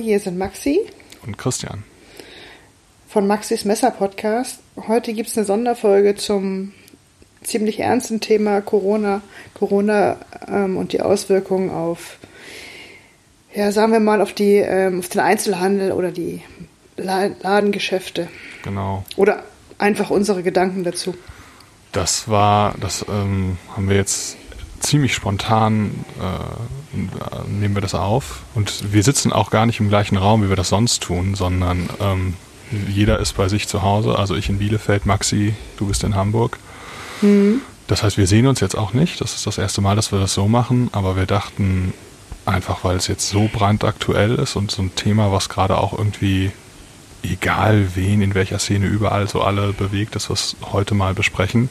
hier sind Maxi und Christian von Maxis Messer-Podcast. Heute gibt es eine Sonderfolge zum ziemlich ernsten Thema Corona und die Auswirkungen auf, ja, sagen wir mal, auf den Einzelhandel oder die Ladengeschäfte. Genau. Oder einfach unsere Gedanken dazu. Das haben wir jetzt ziemlich spontan, nehmen wir das auf. Und wir sitzen auch gar nicht im gleichen Raum, wie wir das sonst tun, sondern jeder ist bei sich zu Hause. Also ich in Bielefeld, Maxi, du bist in Hamburg. Mhm. Das heißt, wir sehen uns jetzt auch nicht. Das ist das erste Mal, dass wir das so machen. Aber wir dachten einfach, weil es jetzt so brandaktuell ist und so ein Thema, was gerade auch irgendwie, egal wen, in welcher Szene, überall so alle bewegt, dass wir es heute mal besprechen.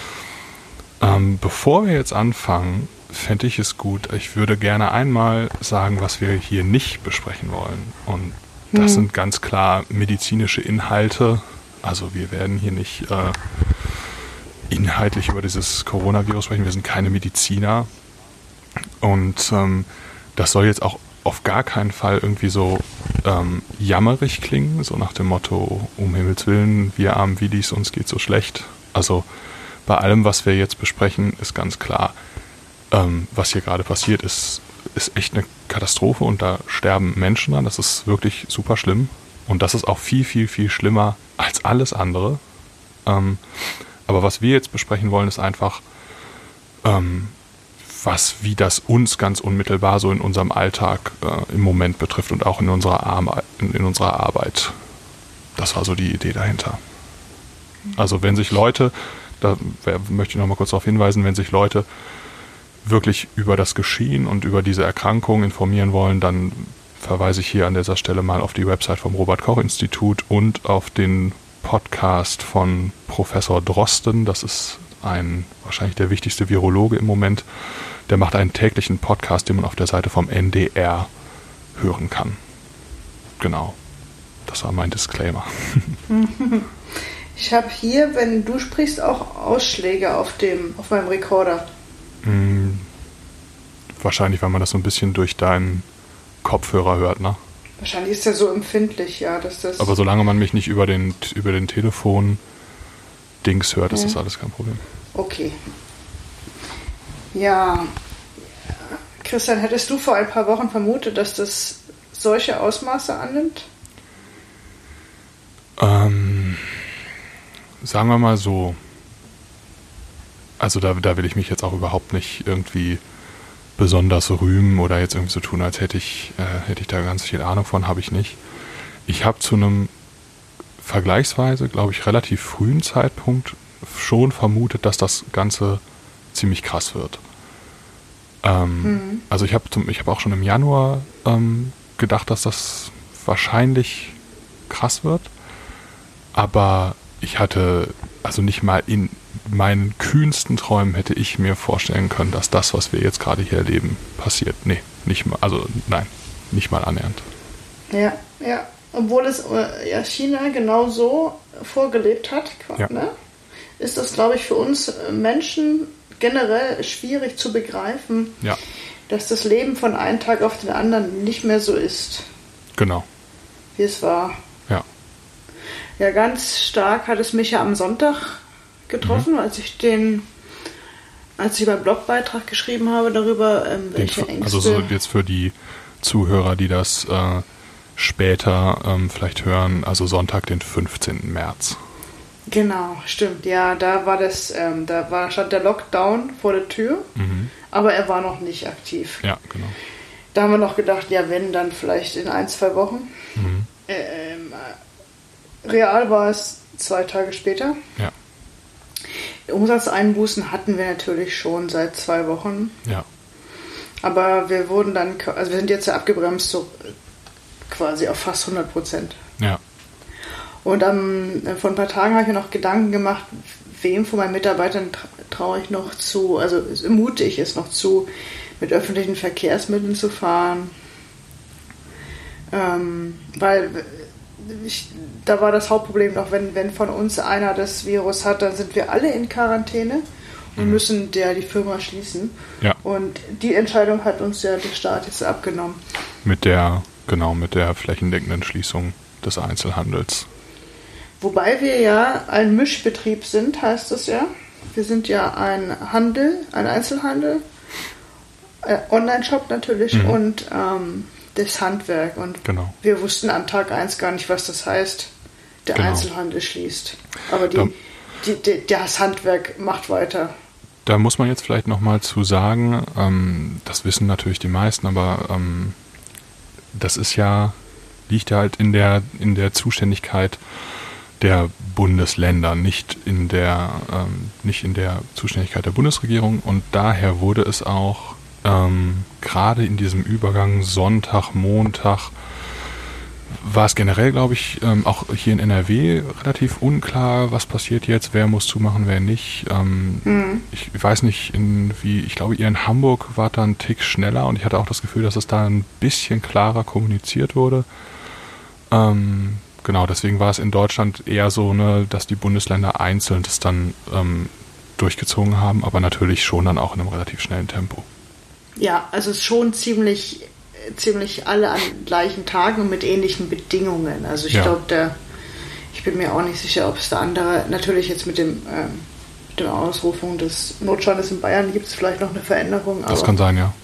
Bevor wir jetzt anfangen, fände ich es gut, ich würde gerne einmal sagen, was wir hier nicht besprechen wollen. Und das sind ganz klar medizinische Inhalte. Also wir werden hier nicht inhaltlich über dieses Coronavirus sprechen. Wir sind keine Mediziner. Und das soll jetzt auch auf gar keinen Fall irgendwie so jammerig klingen, so nach dem Motto, um Himmels Willen, wir armen Willis, uns geht so schlecht. Also bei allem, was wir jetzt besprechen, ist ganz klar, was hier gerade passiert, ist echt eine Katastrophe und da sterben Menschen dran. Das ist wirklich super schlimm und das ist auch viel, viel, viel schlimmer als alles andere. Aber was wir jetzt besprechen wollen, ist einfach, wie das uns ganz unmittelbar so in unserem Alltag im Moment betrifft und auch in unserer Arbeit. Das war so die Idee dahinter. Also wenn sich Leute, da möchte ich noch mal kurz darauf hinweisen, wenn sich Leute wirklich über das Geschehen und über diese Erkrankung informieren wollen, dann verweise ich hier an dieser Stelle mal auf die Website vom Robert-Koch-Institut und auf den Podcast von Professor Drosten. Das ist wahrscheinlich der wichtigste Virologe im Moment. Der macht einen täglichen Podcast, den man auf der Seite vom NDR hören kann. Genau. Das war mein Disclaimer. Ich habe hier, wenn du sprichst, auch Ausschläge auf meinem Rekorder. Wahrscheinlich, weil man das so ein bisschen durch deinen Kopfhörer hört, ne? Wahrscheinlich ist der so empfindlich, ja, dass das... Aber solange man mich nicht über den Telefon-Dings hört, ist das alles kein Problem. Okay. Ja, Christian, hättest du vor ein paar Wochen vermutet, dass das solche Ausmaße annimmt? Sagen wir mal so, also da will ich mich jetzt auch überhaupt nicht irgendwie besonders rühmen oder jetzt irgendwie so tun, als hätte ich da ganz viel Ahnung von, habe ich nicht. Ich habe zu einem vergleichsweise, glaube ich, relativ frühen Zeitpunkt schon vermutet, dass das Ganze ziemlich krass wird. Also ich habe auch schon im Januar gedacht, dass das wahrscheinlich krass wird, aber ich hatte, also nicht mal in meinen kühnsten Träumen hätte ich mir vorstellen können, dass das, was wir jetzt gerade hier erleben, passiert. Nee, nicht mal annähernd. Ja. Obwohl es China genau so vorgelebt hat, ne? Ist das, glaube ich, für uns Menschen generell schwierig zu begreifen, dass das Leben von einem Tag auf den anderen nicht mehr so ist. Genau. Wie es war. Ja. Ja, ganz stark hat es mich ja am Sonntag getroffen, als ich beim Blogbeitrag geschrieben habe darüber, welche Ängste... Also so jetzt für die Zuhörer, die das später vielleicht hören, also Sonntag, den 15. März. Genau, stimmt. Ja, da war stand der Lockdown vor der Tür, aber er war noch nicht aktiv. Ja, genau. Da haben wir noch gedacht, ja, wenn, dann vielleicht in 1-2 Wochen. Real war es 2 Tage später. Ja. Umsatzeinbußen hatten wir natürlich schon seit 2 Wochen. Ja. Aber wir sind jetzt ja abgebremst, so quasi auf fast 100%. Ja. Und vor ein paar Tagen habe ich mir noch Gedanken gemacht, wem von meinen Mitarbeitern traue ich noch zu, also mute ich es noch zu, mit öffentlichen Verkehrsmitteln zu fahren. Weil da war das Hauptproblem noch, wenn von uns einer das Virus hat, dann sind wir alle in Quarantäne und müssen die Firma schließen. Ja. Und die Entscheidung hat uns ja der Staat jetzt abgenommen. Mit der Genau, mit der flächendeckenden Schließung des Einzelhandels. Wobei wir ja ein Mischbetrieb sind, heißt es ja. Wir sind ja ein Handel, ein Einzelhandel, Online-Shop natürlich und das Handwerk. Und wir wussten an Tag 1 gar nicht, was das heißt, der Einzelhandel schließt. Aber das Handwerk macht weiter. Da muss man jetzt vielleicht nochmal zu sagen, das wissen natürlich die meisten, aber das liegt ja halt in der Zuständigkeit der Bundesländer, nicht in der Zuständigkeit der Bundesregierung, und daher wurde es auch gerade in diesem Übergang Sonntag, Montag, war es generell, glaube ich, auch hier in NRW relativ unklar, was passiert jetzt, wer muss zumachen, wer nicht. Ich weiß nicht, ich glaube, ihr in Hamburg wart da ein Tick schneller, und ich hatte auch das Gefühl, dass es da ein bisschen klarer kommuniziert wurde. Genau, deswegen war es in Deutschland eher so, ne, dass die Bundesländer einzeln das dann durchgezogen haben, aber natürlich schon dann auch in einem relativ schnellen Tempo. Ja, also schon ziemlich alle an gleichen Tagen mit ähnlichen Bedingungen. Also ich glaube, ich bin mir auch nicht sicher, ob es da andere, natürlich jetzt mit der Ausrufung des Notstandes in Bayern gibt es vielleicht noch eine Veränderung. Das kann sein, ja.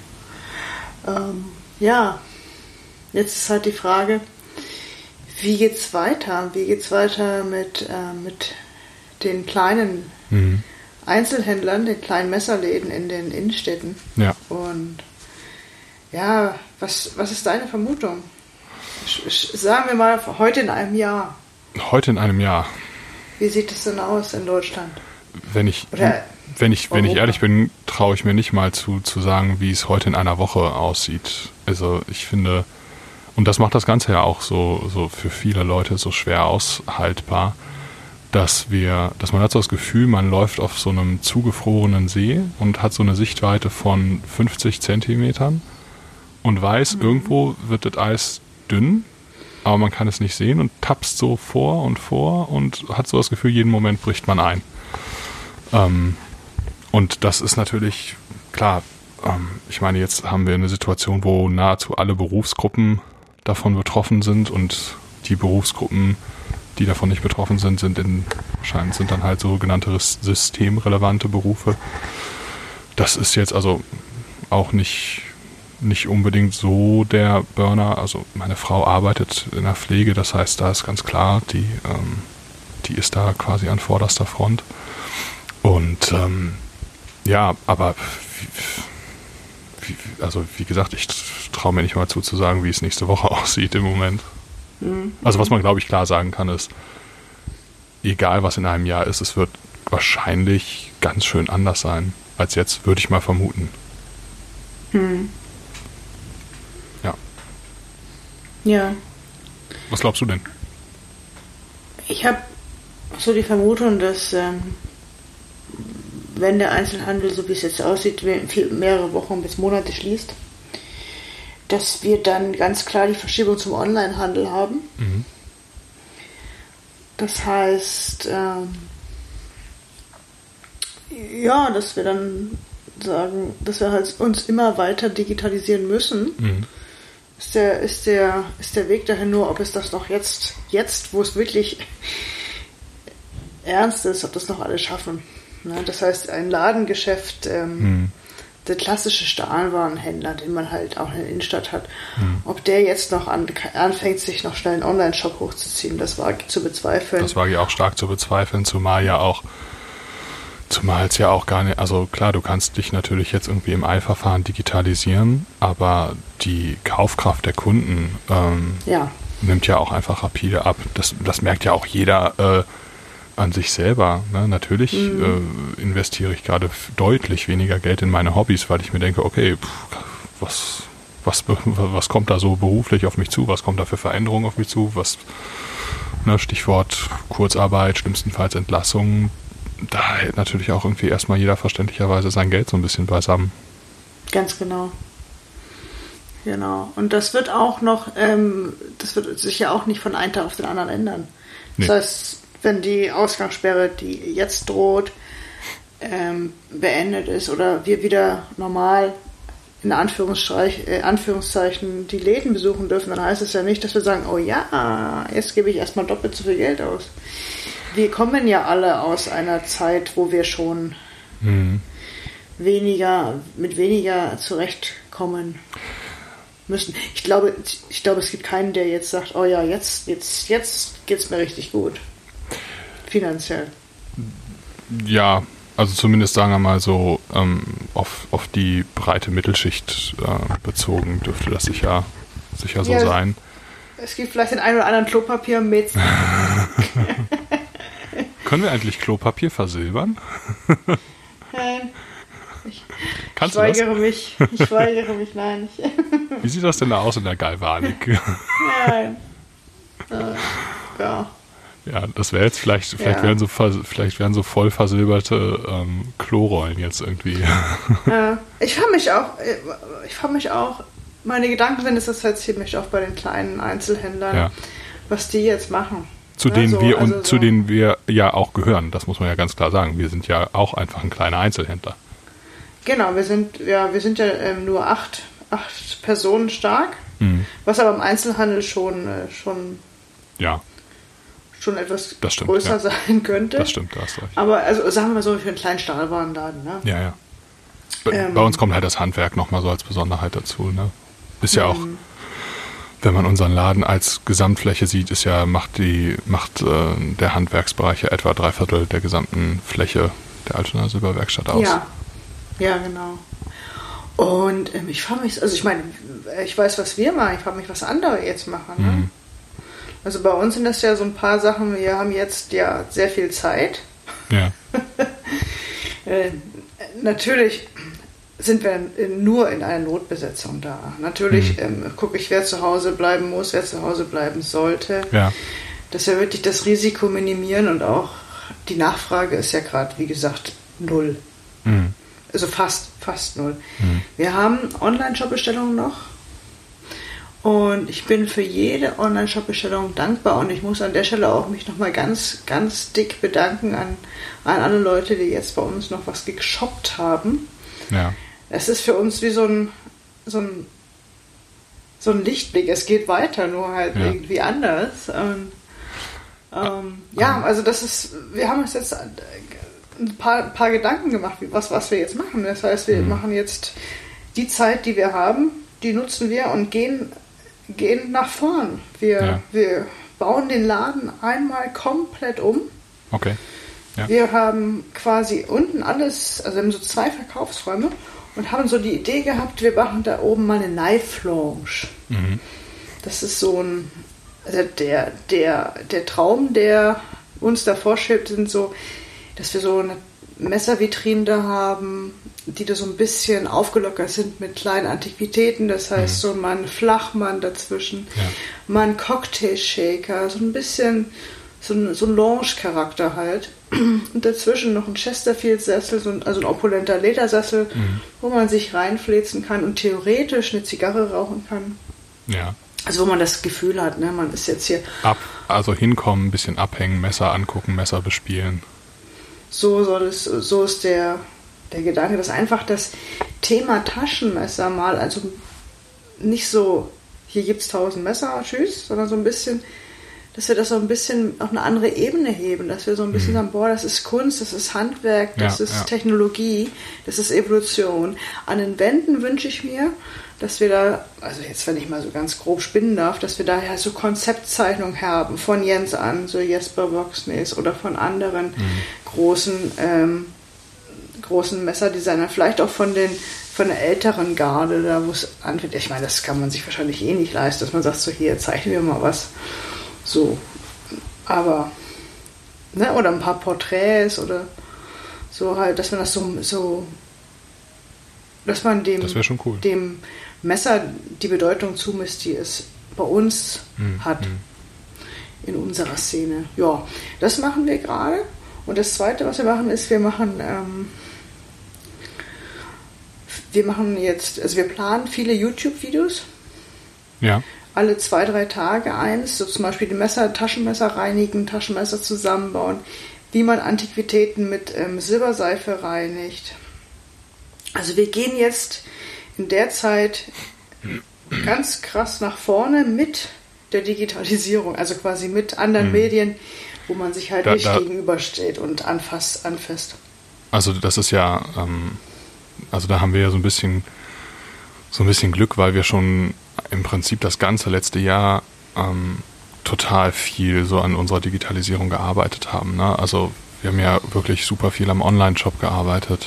Ja, jetzt ist halt die Frage, wie geht's weiter? Wie geht's weiter mit den kleinen Einzelhändlern, den kleinen Messerläden in den Innenstädten? Ja. Und ja, was ist deine Vermutung? Sagen wir mal, heute in einem Jahr. Heute in einem Jahr. Wie sieht es denn aus in Deutschland? Wenn ich ehrlich bin, traue ich mir nicht mal zu sagen, wie es heute in einer Woche aussieht. Also ich finde, und das macht das Ganze ja auch so für viele Leute so schwer aushaltbar, dass man hat so das Gefühl, man läuft auf so einem zugefrorenen See und hat so eine Sichtweite von 50 Zentimetern und weiß, irgendwo wird das Eis dünn, aber man kann es nicht sehen und tapst so vor und hat so das Gefühl, jeden Moment bricht man ein. Und das ist natürlich, klar, ich meine, jetzt haben wir eine Situation, wo nahezu alle Berufsgruppen davon betroffen sind, und die Berufsgruppen, die davon nicht betroffen sind, sind dann halt sogenannte systemrelevante Berufe. Das ist jetzt also auch nicht unbedingt so der Burner. Also meine Frau arbeitet in der Pflege, das heißt, da ist ganz klar, die ist da quasi an vorderster Front. Und ja, aber wie gesagt, ich traue mir nicht mal zu sagen, wie es nächste Woche aussieht im Moment. Also was man, glaube ich, klar sagen kann, ist, egal was in einem Jahr ist, es wird wahrscheinlich ganz schön anders sein als jetzt, würde ich mal vermuten. Ja. Was glaubst du denn? Ich habe so die Vermutung, dass wenn der Einzelhandel, so wie es jetzt aussieht, mehrere Wochen bis Monate schließt, dass wir dann ganz klar die Verschiebung zum Onlinehandel haben. Das heißt, dass wir dann sagen, dass wir halt uns immer weiter digitalisieren müssen. Ist der Weg dahin nur, ob es das noch jetzt, wo es wirklich ernst ist, ob das noch alle schaffen. Ne? Das heißt, ein Ladengeschäft, der klassische Stahlwarenhändler, den man halt auch in der Innenstadt hat, ob der jetzt noch anfängt, sich noch schnell einen Online-Shop hochzuziehen, das wage ich zu bezweifeln. Das wage ich auch stark zu bezweifeln, zumal es ja auch gar nicht, also klar, du kannst dich natürlich jetzt irgendwie im Eilverfahren digitalisieren, aber die Kaufkraft der Kunden nimmt ja auch einfach rapide ab. Das merkt ja auch jeder an sich selber. Ne? Natürlich investiere ich gerade deutlich weniger Geld in meine Hobbys, weil ich mir denke, okay, was kommt da so beruflich auf mich zu? Was kommt da für Veränderungen auf mich zu? Stichwort Kurzarbeit, schlimmstenfalls Entlassung. Da hält natürlich auch irgendwie erstmal jeder verständlicherweise sein Geld so ein bisschen beisammen. Ganz genau. Genau. Und das wird auch noch, das wird sich ja auch nicht von einem Tag auf den anderen ändern. Das heißt, wenn die Ausgangssperre, die jetzt droht, beendet ist oder wir wieder normal in Anführungszeichen die Läden besuchen dürfen, dann heißt es ja nicht, dass wir sagen, oh ja, jetzt gebe ich erstmal doppelt so viel Geld aus. Wir kommen ja alle aus einer Zeit, wo wir schon mit weniger zurechtkommen müssen. Ich glaube, es gibt keinen, der jetzt sagt, oh ja, jetzt geht's mir richtig gut. Finanziell. Ja, also zumindest sagen wir mal so, auf die breite Mittelschicht bezogen dürfte das sicher so sein. Es gibt vielleicht den einen oder anderen Klopapier mit. Können wir eigentlich Klopapier versilbern? Nein. Ich weigere mich, nein. Wie sieht das denn da aus in der Galvanik? Nein. Ja. Ja, das wäre jetzt vielleicht wären so voll versilberte Klorollen jetzt irgendwie. Ja. Ich frage mich auch, meine Gedanken sind es jetzt ziemlich oft bei den kleinen Einzelhändlern, was die jetzt machen. Zu denen wir ja auch gehören, das muss man ja ganz klar sagen. Wir sind ja auch einfach ein kleiner Einzelhändler. Genau, wir sind ja nur 8 Personen stark, was aber im Einzelhandel schon etwas größer sein könnte. Das stimmt, da hast du recht. Aber also sagen wir mal so, für einen kleinen Stahlwarenladen. Ne? Ja. Bei uns kommt halt das Handwerk nochmal so als Besonderheit dazu. Ne? Ist ja auch, wenn man unseren Laden als Gesamtfläche sieht, macht der Handwerksbereich ja etwa 3/4 der gesamten Fläche der Altonaer Silberwerkstatt aus. Ja, genau. Und ich frage mich, also ich meine, ich weiß, was wir machen, ich frage mich, was andere jetzt machen. Ne? Also bei uns sind das ja so ein paar Sachen, wir haben jetzt ja sehr viel Zeit. Ja. Natürlich sind wir nur in einer Notbesetzung da. Natürlich gucke ich, wer zu Hause bleiben muss, wer zu Hause bleiben sollte. Ja. Dass wir wirklich das Risiko minimieren und auch die Nachfrage ist ja gerade, wie gesagt, 0. Also fast 0. Wir haben Online-Shop-Bestellungen noch. Und ich bin für jede Online-Shop-Bestellung dankbar und ich muss an der Stelle auch mich nochmal ganz, ganz dick bedanken an alle Leute, die jetzt bei uns noch was geshoppt haben. Ja. Es ist für uns wie so ein Lichtblick. Es geht weiter, nur halt irgendwie anders. Und, also das ist, wir haben uns jetzt ein paar Gedanken gemacht, was wir jetzt machen. Das heißt, wir machen jetzt die Zeit, die wir haben, die nutzen wir und gehen nach vorn. Wir bauen den Laden einmal komplett um. Okay. Ja. Wir haben quasi unten alles, also wir haben so 2 Verkaufsräume und haben so die Idee gehabt, wir machen da oben mal eine Knife Lounge. Das ist so der Traum, der uns davor schwebt, sind so, dass wir so eine Messervitrine da haben, die da so ein bisschen aufgelockert sind mit kleinen Antiquitäten. Das heißt, so mal ein Flachmann dazwischen, mal ein Cocktail-Shaker, so ein bisschen so ein Lounge-Charakter halt. Und dazwischen noch ein Chesterfield-Sessel, also ein opulenter Ledersessel, wo man sich reinfläzen kann und theoretisch eine Zigarre rauchen kann. Ja. Also wo man das Gefühl hat, ne, man ist jetzt hier... Also hinkommen, ein bisschen abhängen, Messer angucken, Messer bespielen. So ist der Gedanke, dass einfach das Thema Taschenmesser mal, also nicht so, hier gibt's 1000 Messer, tschüss, sondern so ein bisschen, dass wir das so ein bisschen auf eine andere Ebene heben, dass wir so ein bisschen sagen, boah, das ist Kunst, das ist Handwerk, das ist Technologie, das ist Evolution. An den Wänden wünsche ich mir, dass wir da, also jetzt, wenn ich mal so ganz grob spinnen darf, dass wir da ja so Konzeptzeichnungen haben, von Jens an, so Jesper Voxnes oder von anderen großen Messerdesignern, vielleicht auch von der älteren Garde, da wo es anfängt. Ich meine, das kann man sich wahrscheinlich nicht leisten, dass man sagt, so hier, zeichnen wir mal was. So, aber, ne, oder ein paar Porträts oder so halt, dass man das so dass man dem Messer die Bedeutung zumisst, die es bei uns hat, in unserer Szene. Ja, das machen wir gerade. Und das Zweite, was wir machen, ist, wir planen viele YouTube-Videos. Ja. Alle 2-3 Tage eins, so zum Beispiel die Taschenmesser reinigen, Taschenmesser zusammenbauen, wie man Antiquitäten mit Silberseife reinigt. Also wir gehen jetzt in der Zeit ganz krass nach vorne mit der Digitalisierung, also quasi mit anderen Medien, wo man sich halt nicht gegenübersteht und anfasst. Also das ist ja, also da haben wir ja so ein bisschen Glück, weil wir schon im Prinzip das ganze letzte Jahr total viel so an unserer Digitalisierung gearbeitet haben. Ne? Also wir haben ja wirklich super viel am Online-Shop gearbeitet.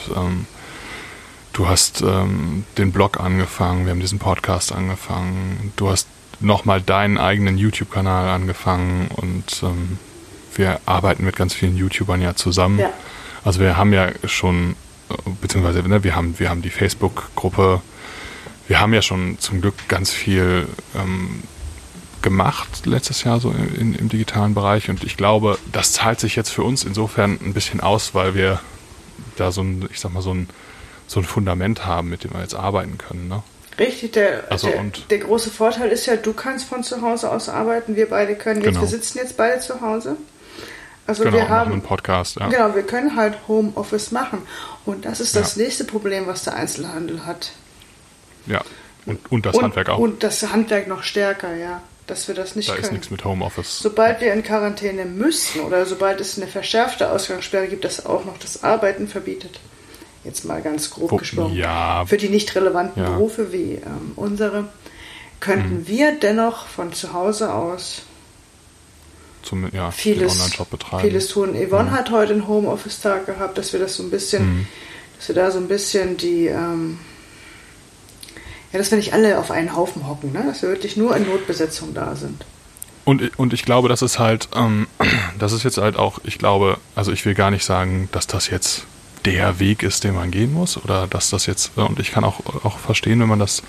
Du hast den Blog angefangen, wir haben diesen Podcast angefangen, du hast nochmal deinen eigenen YouTube-Kanal angefangen und wir arbeiten mit ganz vielen YouTubern ja zusammen. Ja. Also wir haben ja schon, beziehungsweise ne, wir haben die Facebook-Gruppe, wir haben ja schon zum Glück ganz viel gemacht letztes Jahr so im digitalen Bereich und ich glaube, das zahlt sich jetzt für uns insofern ein bisschen aus, weil wir da so ein Fundament haben, mit dem wir jetzt arbeiten können. Ne? Richtig, der große Vorteil ist ja, du kannst von zu Hause aus arbeiten, wir beide können jetzt, wir sitzen jetzt beide zu Hause. Also wir haben einen Podcast, ja. Genau, wir können halt Homeoffice machen. Und das ist das nächste Problem, was der Einzelhandel hat. Ja, und das Handwerk auch. Und das Handwerk noch stärker, ja, dass wir das nicht können. Da ist nichts mit Homeoffice. Sobald wir in Quarantäne müssen oder sobald es eine verschärfte Ausgangssperre gibt, das auch noch das Arbeiten verbietet. Jetzt mal ganz grob gesprochen. Ja. Für die nicht relevanten Berufe wie unsere, könnten wir dennoch von zu Hause aus vieles, den Online-Shop betreiben. Vieles tun. Yvonne hat heute einen Homeoffice-Tag gehabt, dass wir das so ein bisschen, dass wir da so ein bisschen die, dass wir nicht alle auf einen Haufen hocken, ne? Dass wir wirklich nur in Notbesetzung da sind. Und ich glaube, das ist halt, das ist jetzt halt auch, ich glaube, also ich will gar nicht sagen, dass das jetzt der Weg ist, den man gehen muss, oder dass das jetzt, und ich kann auch verstehen, wenn man das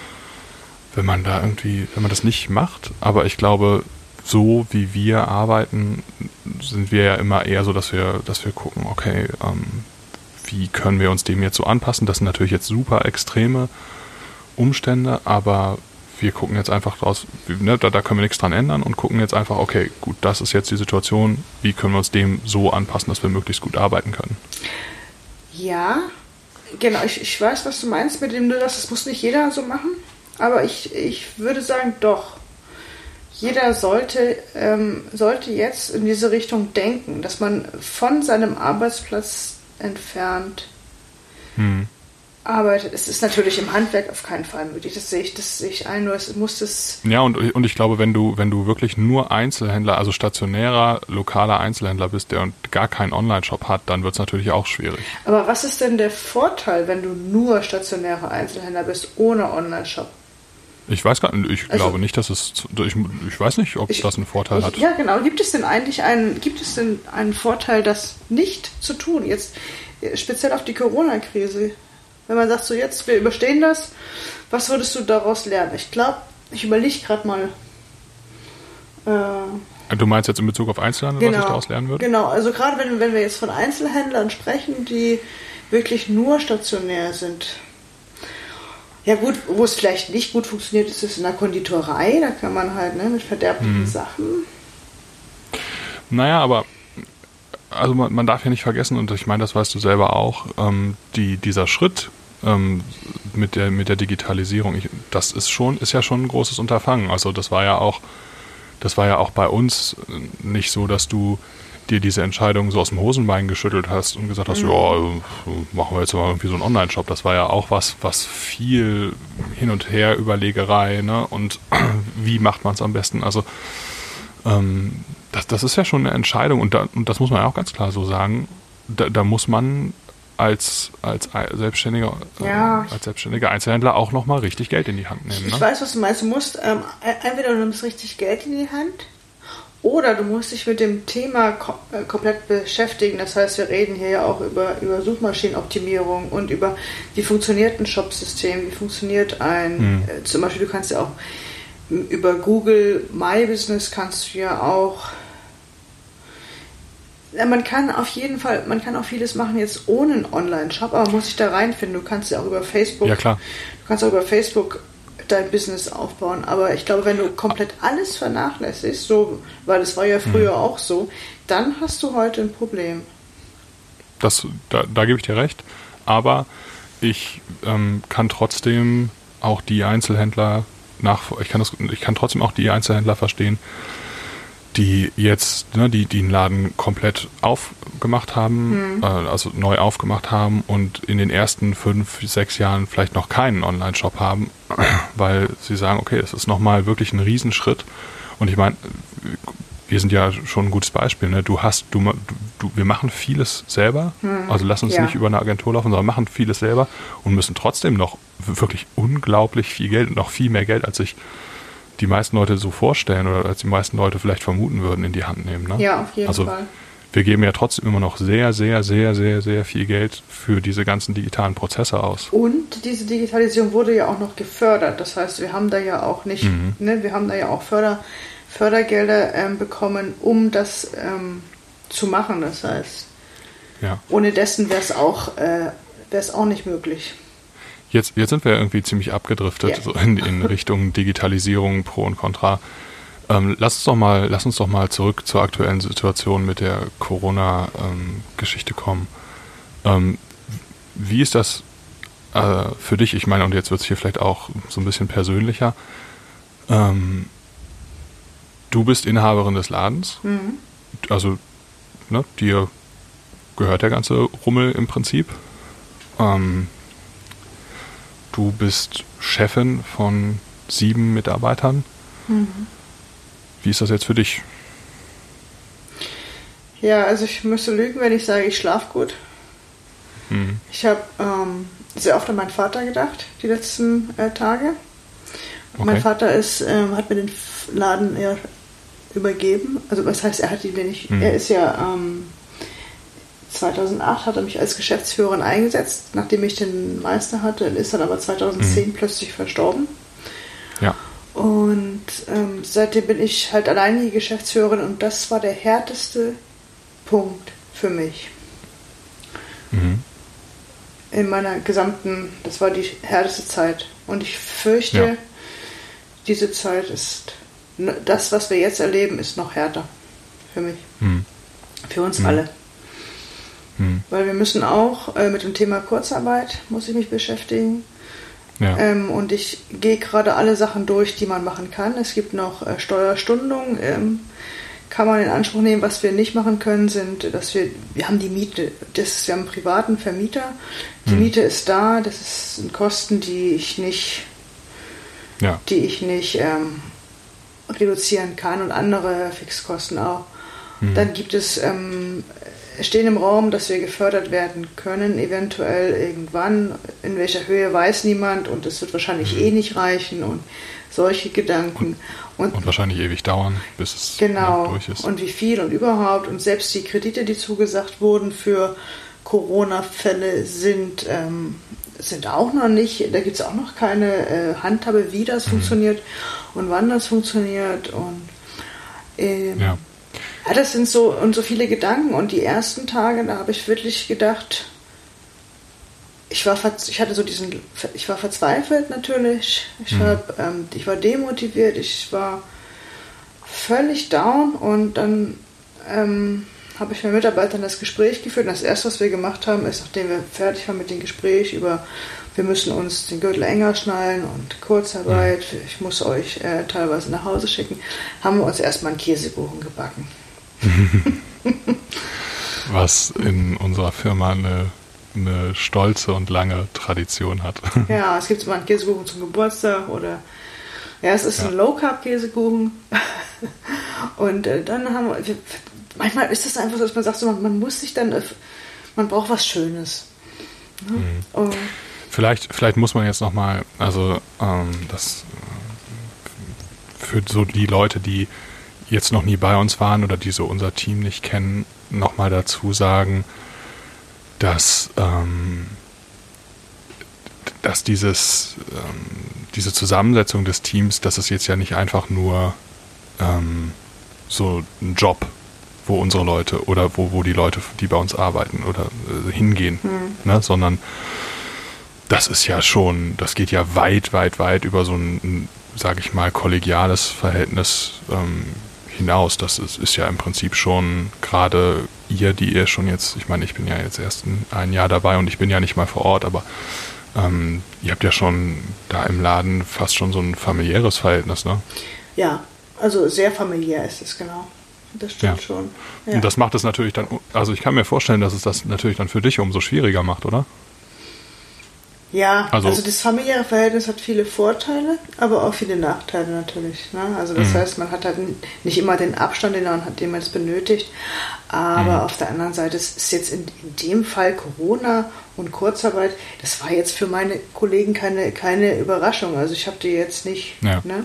nicht macht, aber ich glaube, so wie wir arbeiten, sind wir ja immer eher so, dass wir gucken, okay, wie können wir uns dem jetzt so anpassen? Das sind natürlich jetzt super extreme Umstände, aber wir gucken jetzt einfach draus, ne, da können wir nichts dran ändern und gucken jetzt einfach, okay, gut, das ist jetzt die Situation, wie können wir uns dem so anpassen, dass wir möglichst gut arbeiten können? Ja, genau, ich weiß, was du meinst mit dem, das muss nicht jeder so machen, aber ich würde sagen, doch. Jeder sollte jetzt in diese Richtung denken, dass man von seinem Arbeitsplatz entfernt arbeitet. Es ist natürlich im Handwerk auf keinen Fall möglich. Das sehe ich ein, nur es muss das... Ja, und ich glaube, wenn du wirklich nur Einzelhändler, also stationärer, lokaler Einzelhändler bist, der gar keinen Online-Shop hat, dann wird es natürlich auch schwierig. Aber was ist denn der Vorteil, wenn du nur stationärer Einzelhändler bist, ohne Online-Shop? Ich weiß gar nicht, ich glaube nicht, dass es, ich weiß nicht, ob das einen Vorteil hat. Ja, genau. Gibt es denn einen Vorteil, das nicht zu tun? Jetzt speziell auf die Corona-Krise. Wenn man sagt, so jetzt, wir überstehen das, was würdest du daraus lernen? Ich glaube, ich überlege gerade mal. Du meinst jetzt in Bezug auf Einzelhandel, was ich daraus lernen würde? Genau, also gerade wenn wir jetzt von Einzelhändlern sprechen, die wirklich nur stationär sind. Ja gut, wo es vielleicht nicht gut funktioniert, ist es in der Konditorei. Da kann man halt mit verderblichen Sachen. Naja, aber also man darf ja nicht vergessen, und ich meine, das weißt du selber auch, dieser Schritt mit der Digitalisierung, das ist ja schon ein großes Unterfangen. Also das war ja auch bei uns nicht so, dass du dir diese Entscheidung so aus dem Hosenbein geschüttelt hast und gesagt hast, machen wir jetzt mal irgendwie so einen Online-Shop. Das war ja auch was viel hin und her Überlegerei, ne? Und wie macht man es am besten? Also das ist ja schon eine Entscheidung und das muss man ja auch ganz klar so sagen. Da muss man als selbstständiger Einzelhändler auch nochmal richtig Geld in die Hand nehmen. Ich weiß, was du meinst. Du musst entweder du nimmst richtig Geld in die Hand oder du musst dich mit dem Thema komplett beschäftigen. Das heißt, wir reden hier ja auch über Suchmaschinenoptimierung und über wie funktioniert ein Shopsystem, wie funktioniert zum Beispiel, du kannst ja auch über Google My Business kannst du ja auch man kann auch vieles machen jetzt ohne einen Online-Shop, aber man muss sich da reinfinden. Du kannst ja auch über Facebook, dein Business aufbauen. Aber ich glaube, wenn du komplett alles vernachlässigst, weil es war ja früher auch so, dann hast du heute ein Problem. Da gebe ich dir recht. Aber ich kann trotzdem auch die Einzelhändler ich kann trotzdem auch die Einzelhändler verstehen, die jetzt, die den Laden komplett aufgemacht haben, also neu aufgemacht haben und in den ersten 5, 6 Jahren vielleicht noch keinen Online-Shop haben, weil sie sagen, okay, das ist nochmal wirklich ein Riesenschritt. Und ich meine, wir sind ja schon ein gutes Beispiel, ne? Wir machen vieles selber, also lass uns nicht über eine Agentur laufen, sondern machen vieles selber und müssen trotzdem noch wirklich unglaublich viel Geld und noch viel mehr Geld, als sich die meisten Leute so vorstellen oder als die meisten Leute vielleicht vermuten würden, in die Hand nehmen. Ne? Ja, auf jeden Fall. Wir geben ja trotzdem immer noch sehr, sehr, sehr, sehr, sehr viel Geld für diese ganzen digitalen Prozesse aus. Und diese Digitalisierung wurde ja auch noch gefördert. Das heißt, wir haben da ja auch nicht, wir haben da ja auch Fördergelder bekommen, um das zu machen. Das heißt, ohne dessen wäre es auch nicht möglich. Jetzt sind wir irgendwie ziemlich abgedriftet so in Richtung Digitalisierung, Pro und Contra. Lass uns doch mal zurück zur aktuellen Situation mit der Corona-Geschichte kommen. Wie ist das für dich? Ich meine, und jetzt wird es hier vielleicht auch so ein bisschen persönlicher. Du bist Inhaberin des Ladens. Also dir gehört der ganze Rummel im Prinzip. Du bist Chefin von 7 Mitarbeitern. Wie ist das jetzt für dich? Ja, also ich müsste lügen, wenn ich sage, ich schlafe gut. Ich habe sehr oft an meinen Vater gedacht, die letzten Tage. Okay. Mein Vater hat mir den Laden übergeben. Also was heißt, er hat ihn mir nicht... Er ist ja... 2008 hat er mich als Geschäftsführerin eingesetzt, nachdem ich den Meister hatte, und ist dann aber 2010 plötzlich verstorben. Ja. Und seitdem bin ich halt alleinige Geschäftsführerin und das war der härteste Punkt für mich. In meiner das war die härteste Zeit. Und ich fürchte, diese Zeit ist, das, was wir jetzt erleben, ist noch härter für mich. Für uns alle. Weil wir müssen auch mit dem Thema Kurzarbeit, muss ich mich beschäftigen. Ja. Und ich gehe gerade alle Sachen durch, die man machen kann. Es gibt noch Steuerstundung, kann man in Anspruch nehmen. Was wir nicht machen können, sind, dass wir haben die Miete, wir haben einen privaten Vermieter. Die Miete ist da, das sind Kosten, die ich nicht reduzieren kann und andere Fixkosten auch. Dann gibt es stehen im Raum, dass wir gefördert werden können, eventuell irgendwann. In welcher Höhe weiß niemand und es wird wahrscheinlich nicht reichen und solche Gedanken. Und wahrscheinlich ewig dauern, bis es durch ist. Und wie viel und überhaupt. Und selbst die Kredite, die zugesagt wurden für Corona-Fälle, sind auch noch nicht, da gibt es auch noch keine Handhabe, wie das funktioniert und wann das funktioniert. Und das sind so viele Gedanken und die ersten Tage, da habe ich wirklich gedacht, ich war verzweifelt natürlich, ich war demotiviert, ich war völlig down und dann habe ich mit Mitarbeitern das Gespräch geführt und das erste, was wir gemacht haben, ist, nachdem wir fertig waren mit dem Gespräch über, wir müssen uns den Gürtel enger schnallen und Kurzarbeit, ich muss euch teilweise nach Hause schicken, haben wir uns erstmal einen Käsekuchen gebacken. Was in unserer Firma eine stolze und lange Tradition hat. Ja, es gibt mal einen Käsekuchen zum Geburtstag oder es ist ein Low-Carb-Käsekuchen. Und dann haben wir, manchmal ist das einfach so, dass man sagt, man muss sich dann, man braucht was Schönes. Vielleicht muss man jetzt nochmal, also das für so die Leute, die jetzt noch nie bei uns waren oder die so unser Team nicht kennen, nochmal dazu sagen, dass diese Zusammensetzung des Teams, das ist jetzt ja nicht einfach nur so ein Job, wo unsere Leute oder wo die Leute, die bei uns arbeiten oder hingehen, ne? Sondern das ist ja schon, das geht ja weit, weit, weit über so ein, sage ich mal, kollegiales Verhältnis hinaus. Das ist ja im Prinzip schon gerade ihr, die ihr schon jetzt, ich meine, ich bin ja jetzt erst ein Jahr dabei und ich bin ja nicht mal vor Ort, aber ihr habt ja schon da im Laden fast schon so ein familiäres Verhältnis, ne? Ja, also sehr familiär ist es, genau. Das stimmt schon. Ja. Und das macht es natürlich dann, also ich kann mir vorstellen, dass es das natürlich dann für dich umso schwieriger macht, oder? Ja, also das familiäre Verhältnis hat viele Vorteile, aber auch viele Nachteile natürlich. Ne? Also das heißt, man hat halt nicht immer den Abstand, den man es benötigt, aber auf der anderen Seite ist jetzt in dem Fall Corona und Kurzarbeit, das war jetzt für meine Kollegen keine Überraschung. Also ich habe die jetzt nicht. Ja. Ne?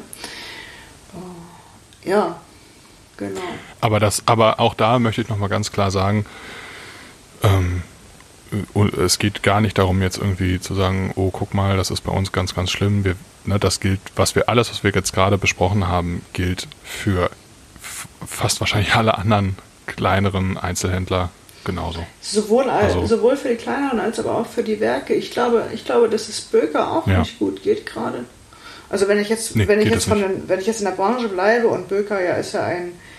Ja, genau. Aber auch da möchte ich nochmal ganz klar sagen, es geht gar nicht darum, jetzt irgendwie zu sagen, oh, guck mal, das ist bei uns ganz, ganz schlimm. Das gilt, was wir jetzt gerade besprochen haben, gilt für fast wahrscheinlich alle anderen kleineren Einzelhändler genauso. Sowohl für die kleineren als aber auch für die Werke. Ich glaube, dass es Böker auch nicht gut geht gerade. Also wenn ich jetzt in der Branche bleibe und Böker ist ja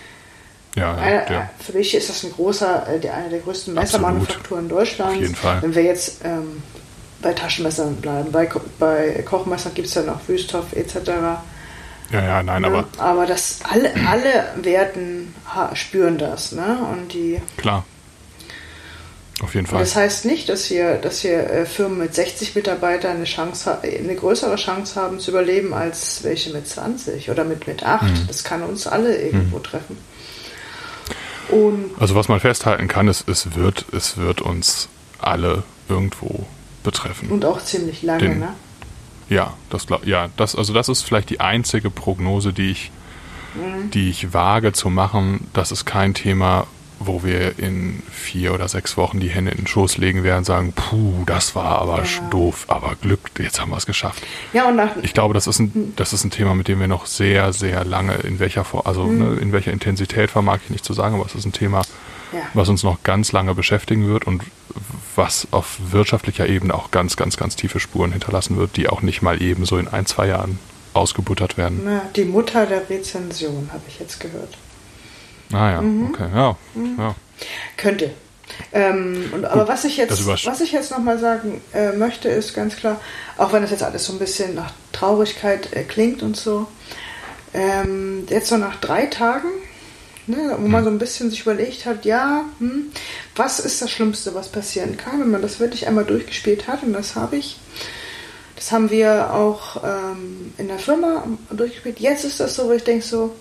für mich ist das eine der größten Messermanufakturen Deutschlands. Auf jeden Fall. Wenn wir jetzt bei Taschenmessern bleiben, bei Kochmessern gibt es ja noch Wüsthoff etc. Aber alle Werten spüren das, ne? Und die. Klar. Auf jeden Fall. Das heißt nicht, dass hier Firmen mit 60 Mitarbeitern eine größere Chance haben zu überleben als welche mit 20 oder mit 8. Das kann uns alle irgendwo treffen. Und also was man festhalten kann, es wird uns alle irgendwo betreffen. Und auch ziemlich lange, ne? Ja, das ist vielleicht die einzige Prognose, die ich wage zu machen. Das ist kein Thema, wo wir in 4 oder 6 Wochen die Hände in den Schoß legen werden und sagen, puh, das war aber doof, aber Glück, jetzt haben wir es geschafft. Ja, und ich glaube, das ist ein Thema, mit dem wir noch sehr, sehr lange, in welcher Intensität vermag ich nicht zu sagen, aber es ist ein Thema, was uns noch ganz lange beschäftigen wird und was auf wirtschaftlicher Ebene auch ganz, ganz, ganz tiefe Spuren hinterlassen wird, die auch nicht mal eben so in 1-2 Jahren ausgebuttert werden. Na, die Mutter der Rezension, habe ich jetzt gehört. Ah ja, okay, ja. Könnte. Aber was ich jetzt nochmal sagen möchte, ist ganz klar, auch wenn das jetzt alles so ein bisschen nach Traurigkeit klingt und so, jetzt so nach 3 Tagen, ne, wo man so ein bisschen sich überlegt hat, was ist das Schlimmste, was passieren kann, wenn man das wirklich einmal durchgespielt hat, und das haben wir auch in der Firma durchgespielt. Jetzt ist das so, wo ich denke so,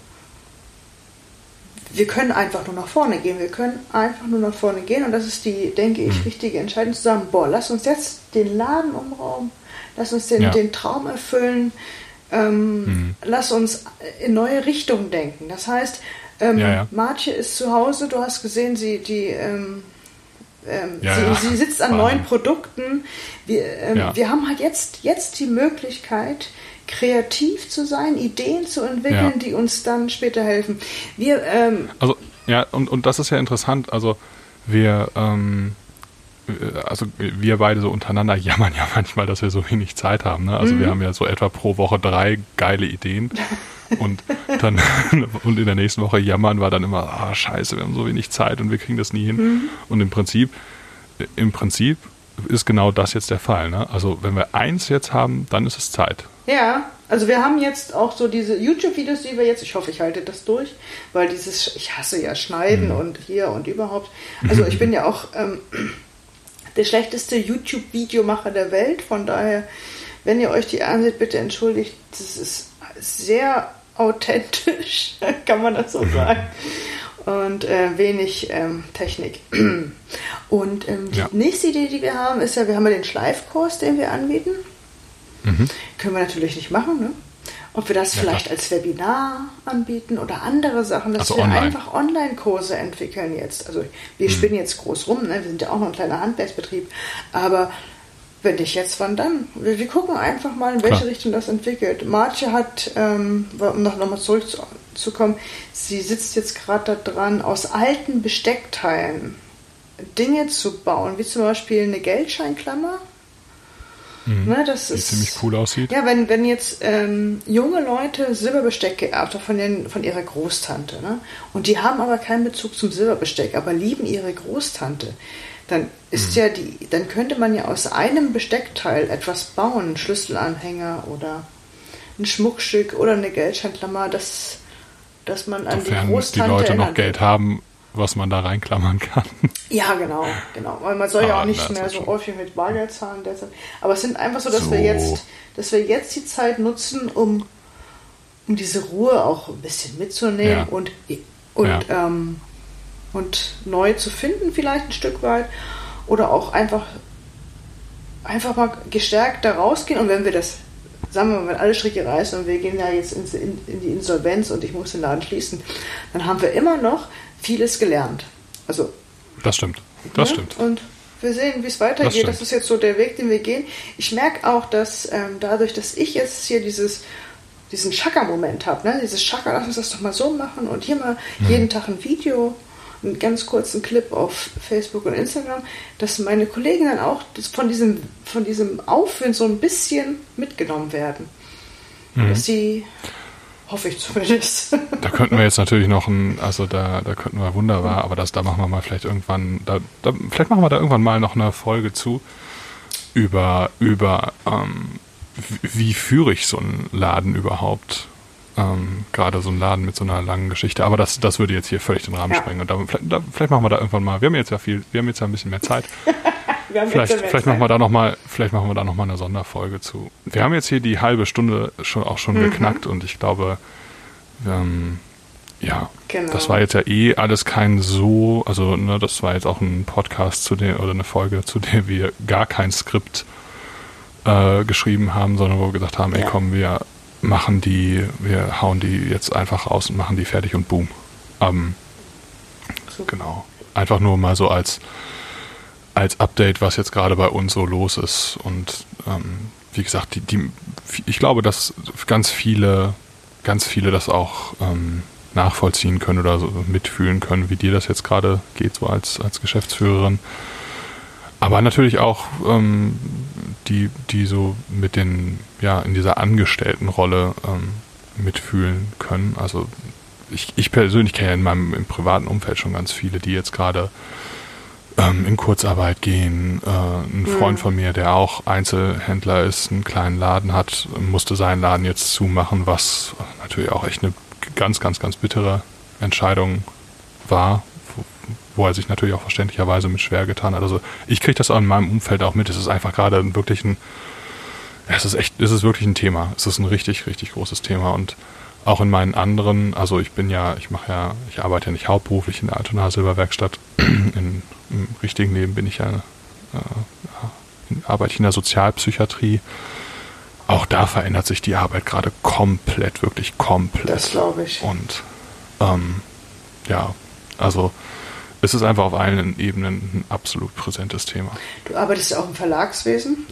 wir können einfach nur nach vorne gehen. Und das ist die, denke ich, richtige Entscheidung zu sagen, lass uns jetzt den Laden umrauben, lass uns den Traum erfüllen, lass uns in neue Richtungen denken. Das heißt, Martje ist zu Hause, du hast gesehen, sie sitzt an neuen Produkten. Wir haben halt jetzt die Möglichkeit, kreativ zu sein, Ideen zu entwickeln, die uns dann später helfen. Und das ist ja interessant. Also wir beide so untereinander jammern ja manchmal, dass wir so wenig Zeit haben. Ne? Also wir haben ja so etwa pro Woche 3 geile Ideen und in der nächsten Woche jammern wir dann immer, scheiße, wir haben so wenig Zeit und wir kriegen das nie hin. Und im Prinzip ist genau das jetzt der Fall. Ne? Also wenn wir eins jetzt haben, dann ist es Zeit. Ja, also wir haben jetzt auch so diese YouTube-Videos, die wir jetzt, ich hoffe, ich halte das durch, weil ich hasse ja Schneiden und hier und überhaupt. Also ich bin ja auch der schlechteste YouTube-Videomacher der Welt, von daher, wenn ihr euch die anseht, bitte entschuldigt, das ist sehr authentisch, kann man das so sagen. Und wenig Technik. Und die nächste Idee, die wir haben, ist wir haben den Schleifkurs, den wir anbieten. Können wir natürlich nicht machen, ne? Ob wir das vielleicht als Webinar anbieten oder andere Sachen, dass wir einfach Online-Kurse entwickeln jetzt. Also wir spinnen jetzt groß rum, ne? Wir sind ja auch noch ein kleiner Handwerksbetrieb, aber wenn nicht jetzt, wann dann? Wir gucken einfach mal, in welche Richtung das entwickelt. Martje hat, um nochmal zurückzukommen, sie sitzt jetzt gerade da dran, aus alten Besteckteilen Dinge zu bauen, wie zum Beispiel eine Geldscheinklammer. Ne, das die ist ziemlich cool aussieht. Ja, wenn jetzt junge Leute Silberbesteck geerbt haben von ihrer Großtante, ne? Und die haben aber keinen Bezug zum Silberbesteck, aber lieben ihre Großtante, dann ist dann könnte man ja aus einem Besteckteil etwas bauen, einen Schlüsselanhänger oder ein Schmuckstück oder eine Geldscheinklammer, dass man an Sofern die Großtante die Leute noch erinnert Geld wird. haben, was man da reinklammern kann. Ja, genau. Weil man soll ja auch nicht das mehr ist so schon- häufig mit Bargeld zahlen derzeit. Aber es sind einfach so, dass wir jetzt die Zeit nutzen, um diese Ruhe auch ein bisschen mitzunehmen Ja. und neu zu finden, vielleicht ein Stück weit. Oder auch einfach mal gestärkt da rausgehen. Und wenn wir das, sagen wir mal, wenn alle Stricke reißen und wir gehen ja jetzt in die Insolvenz und ich muss den Laden schließen, dann haben wir immer noch vieles gelernt. Also Das stimmt. Das ne? stimmt. Und wir sehen, wie es weitergeht. Das ist jetzt so der Weg, den wir gehen. Ich merke auch, dass dadurch, dass ich jetzt hier diesen Chakra-Moment habe, ne? Dieses Chakra, lass uns das doch mal so machen und hier mal jeden Tag ein Video, einen ganz kurzen Clip auf Facebook und Instagram, dass meine Kollegen dann auch von diesem Aufwind so ein bisschen mitgenommen werden. Dass die, hoffe ich zumindest. Da könnten wir jetzt natürlich noch da könnten wir wunderbar, aber da machen wir mal vielleicht irgendwann, vielleicht machen wir da irgendwann mal noch eine Folge zu über wie führe ich so einen Laden überhaupt, gerade so einen Laden mit so einer langen Geschichte, aber das würde jetzt hier völlig den Rahmen sprengen und vielleicht machen wir da irgendwann mal, wir haben jetzt ja ein bisschen mehr Zeit. Vielleicht machen wir da noch mal eine Sonderfolge zu. Wir haben jetzt hier die halbe Stunde schon geknackt und ich glaube, genau. Das war jetzt ja alles das war jetzt auch ein Podcast oder eine Folge, zu der wir gar kein Skript geschrieben haben, sondern wo wir gesagt haben, ey komm, wir hauen die jetzt einfach raus und machen die fertig und boom. Genau. Einfach nur mal so als Update, was jetzt gerade bei uns so los ist. Und wie gesagt, ich glaube, dass ganz viele das auch nachvollziehen können oder so mitfühlen können, wie dir das jetzt gerade geht, so als Geschäftsführerin. Aber natürlich auch die so mit in dieser Angestelltenrolle mitfühlen können. Also ich persönlich kenne ja im privaten Umfeld schon ganz viele, die jetzt gerade in Kurzarbeit gehen. Ein Freund von mir, der auch Einzelhändler ist, einen kleinen Laden hat, musste seinen Laden jetzt zumachen, was natürlich auch echt eine ganz, ganz, ganz bittere Entscheidung war, wo er sich natürlich auch verständlicherweise mit schwer getan hat. Also ich kriege das auch in meinem Umfeld auch mit. Es ist einfach gerade es ist wirklich ein Thema. Es ist ein richtig, richtig großes Thema und auch in meinen anderen, also ich arbeite ja nicht hauptberuflich in der Altona Silberwerkstatt. Im richtigen Leben arbeite ich in der Sozialpsychiatrie. Auch da verändert sich die Arbeit gerade komplett, wirklich komplett. Das glaube ich. Und also es ist einfach auf allen Ebenen ein absolut präsentes Thema. Du arbeitest ja auch im Verlagswesen?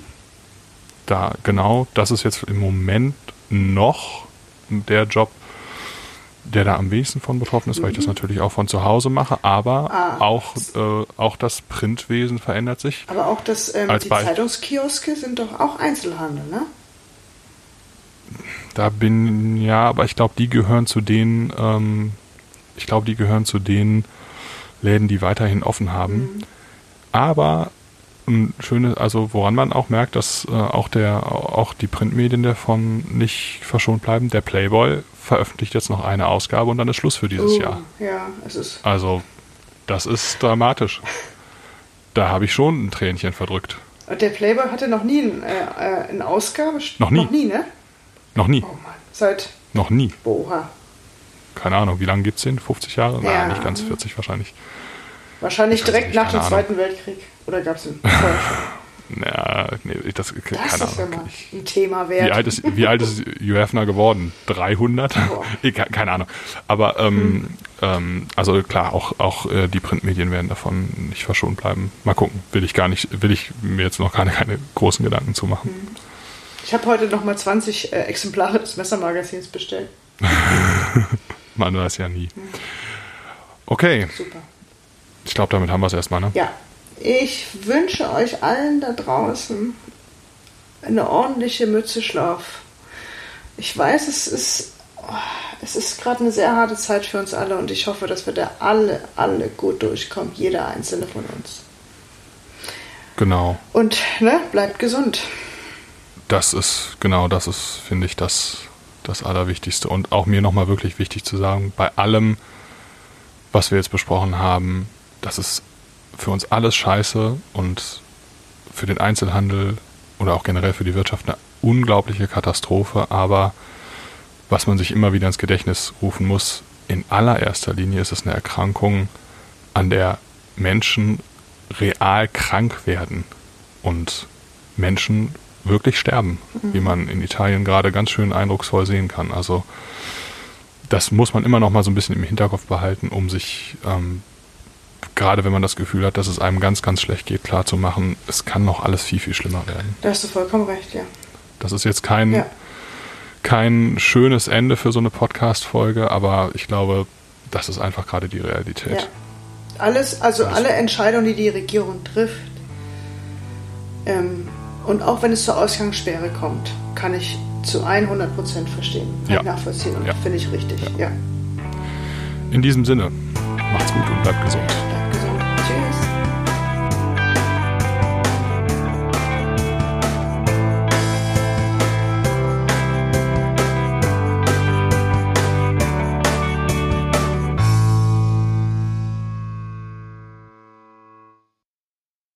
Das ist jetzt im Moment noch der Job, der da am wenigsten von betroffen ist, weil ich das natürlich auch von zu Hause mache, aber auch das Printwesen verändert sich. Aber auch die Zeitungskioske sind doch auch Einzelhandel, ne? Aber ich glaube, die gehören zu den Läden, die weiterhin offen haben. Aber ein schönes, also woran man auch merkt, dass auch die Printmedien davon nicht verschont bleiben. Der Playboy veröffentlicht jetzt noch eine Ausgabe und dann ist Schluss für dieses Jahr. Ja, es ist. Also, das ist dramatisch. Da habe ich schon ein Tränchen verdrückt. Und der Playboy hatte noch nie eine Ausgabe? Noch nie. Noch nie, ne? Noch nie. Oh Mann, Noch nie. Boha. Keine Ahnung, wie lange gibt es den? 50 Jahre? Ja. Nein, nicht ganz 40 wahrscheinlich. Wahrscheinlich direkt nicht, nach dem keine Zweiten Weltkrieg. Oder gab es ihn vorher schon? Ja, nee, das Das keine ist ja Ahnung. mal ein Thema wert. Wie alt ist Juefner geworden? 300? Keine Ahnung. Aber also klar, auch die Printmedien werden davon nicht verschont bleiben. Mal gucken. Will ich mir jetzt noch keine großen Gedanken zu machen. Ich habe heute nochmal 20 Exemplare des Messermagazins bestellt. Man weiß ja nie. Okay. Super. Ich glaube, damit haben wir es erstmal, ne? Ja. Ich wünsche euch allen da draußen eine ordentliche Mütze Schlaf. Ich weiß, es ist gerade eine sehr harte Zeit für uns alle und ich hoffe, dass wir da alle gut durchkommen, jeder einzelne von uns. Genau. Und bleibt gesund. Das ist, finde ich, das Allerwichtigste. Und auch mir nochmal wirklich wichtig zu sagen, bei allem, was wir jetzt besprochen haben, das ist für uns alles scheiße und für den Einzelhandel oder auch generell für die Wirtschaft eine unglaubliche Katastrophe. Aber was man sich immer wieder ins Gedächtnis rufen muss, in allererster Linie ist es eine Erkrankung, an der Menschen real krank werden und Menschen wirklich sterben, wie man in Italien gerade ganz schön eindrucksvoll sehen kann. Also das muss man immer noch mal so ein bisschen im Hinterkopf behalten, um sich, gerade wenn man das Gefühl hat, dass es einem ganz, ganz schlecht geht, klarzumachen, es kann noch alles viel, viel schlimmer werden. Da hast du vollkommen recht, ja. Das ist jetzt kein schönes Ende für so eine Podcast-Folge, aber ich glaube, das ist einfach gerade die Realität. Ja. Alle Entscheidungen, die Regierung trifft, und auch wenn es zur Ausgangssperre kommt, kann ich zu 100% verstehen, nachvollziehen und finde ich richtig. Ja. In diesem Sinne, macht's gut und bleibt gesund.